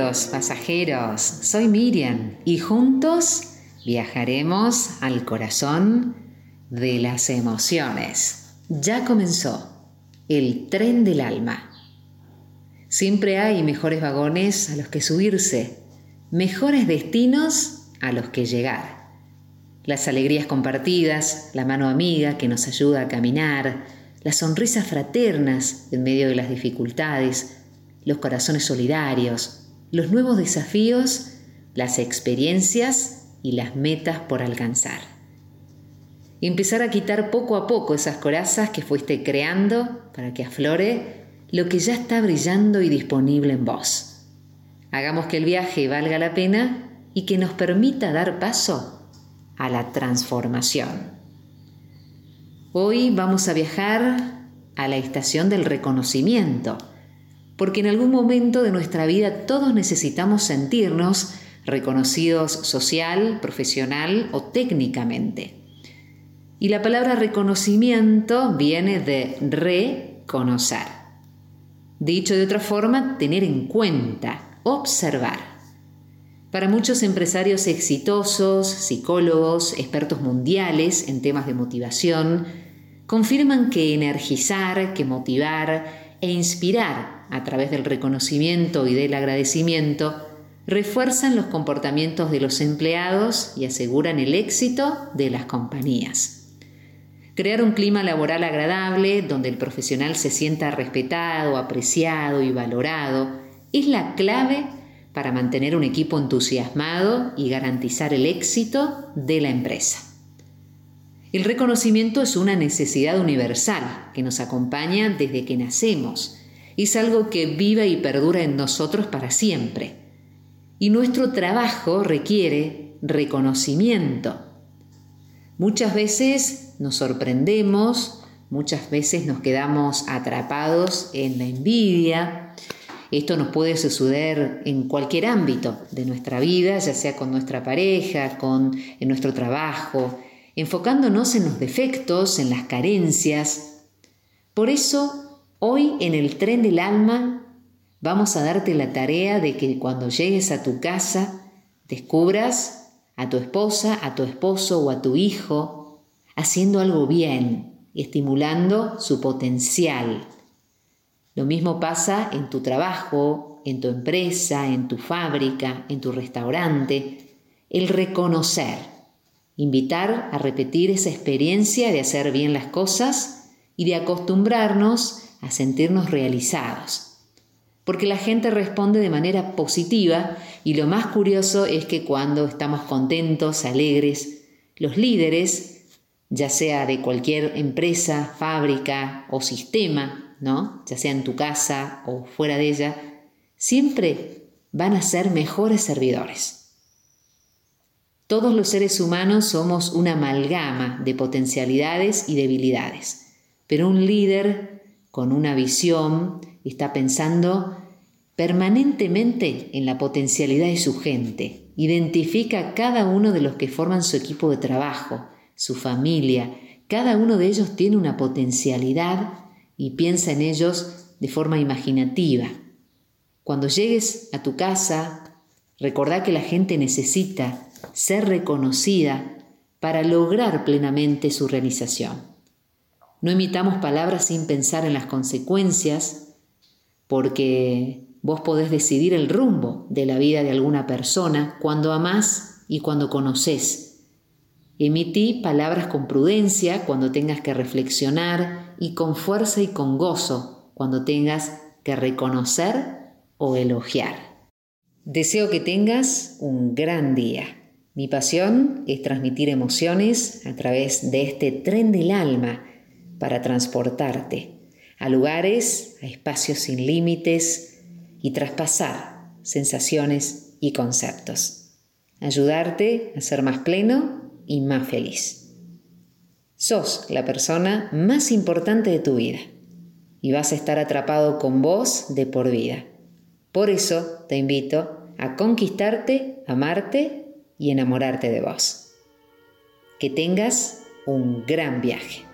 Bienvenidos, pasajeros. Soy Miriam y juntos viajaremos al corazón de las emociones. Ya comenzó el tren del alma. Siempre hay mejores vagones a los que subirse, mejores destinos a los que llegar. Las alegrías compartidas, la mano amiga que nos ayuda a caminar, las sonrisas fraternas en medio de las dificultades, los corazones solidarios, los nuevos desafíos, las experiencias y las metas por alcanzar. Y empezar a quitar poco a poco esas corazas que fuiste creando para que aflore lo que ya está brillando y disponible en vos. Hagamos que el viaje valga la pena y que nos permita dar paso a la transformación. Hoy vamos a viajar a la estación del reconocimiento, porque en algún momento de nuestra vida todos necesitamos sentirnos reconocidos social, profesional o técnicamente. Y la palabra reconocimiento viene de reconocer. Dicho de otra forma, tener en cuenta, observar. Para muchos empresarios exitosos, psicólogos, expertos mundiales en temas de motivación, confirman que energizar, que motivar e inspirar a través del reconocimiento y del agradecimiento refuerzan los comportamientos de los empleados y aseguran el éxito de las compañías. Crear un clima laboral agradable donde el profesional se sienta respetado, apreciado y valorado es la clave para mantener un equipo entusiasmado y garantizar el éxito de la empresa. El reconocimiento es una necesidad universal que nos acompaña desde que nacemos. Es algo que vive y perdura en nosotros para siempre. Y nuestro trabajo requiere reconocimiento. Muchas veces nos sorprendemos, muchas veces nos quedamos atrapados en la envidia. Esto nos puede suceder en cualquier ámbito de nuestra vida, ya sea con nuestra pareja, en nuestro trabajo, enfocándonos en los defectos, en las carencias. Por eso, hoy en el tren del alma vamos a darte la tarea de que cuando llegues a tu casa descubras a tu esposa, a tu esposo o a tu hijo haciendo algo bien, estimulando su potencial. Lo mismo pasa en tu trabajo, en tu empresa, en tu fábrica, en tu restaurante. El reconocer, invitar a repetir esa experiencia de hacer bien las cosas y de acostumbrarnos a sentirnos realizados. Porque la gente responde de manera positiva y lo más curioso es que cuando estamos contentos, alegres, los líderes, ya sea de cualquier empresa, fábrica o sistema, ¿no? Ya sea en tu casa o fuera de ella, siempre van a ser mejores servidores. Todos los seres humanos somos una amalgama de potencialidades y debilidades, pero un líder con una visión está pensando permanentemente en la potencialidad de su gente. Identifica a cada uno de los que forman su equipo de trabajo, su familia. Cada uno de ellos tiene una potencialidad y piensa en ellos de forma imaginativa. Cuando llegues a tu casa, recordá que la gente necesita ser reconocida para lograr plenamente su realización. No emitamos palabras sin pensar en las consecuencias, porque vos podés decidir el rumbo de la vida de alguna persona cuando amás y cuando conocés. Emití palabras con prudencia cuando tengas que reflexionar y con fuerza y con gozo cuando tengas que reconocer o elogiar. Deseo que tengas un gran día. Mi pasión es transmitir emociones a través de este tren del alma para transportarte a lugares, a espacios sin límites y traspasar sensaciones y conceptos. Ayudarte a ser más pleno y más feliz. Sos la persona más importante de tu vida y vas a estar atrapado con vos de por vida. Por eso te invito a conquistarte, amarte y enamorarte de vos. Que tengas un gran viaje.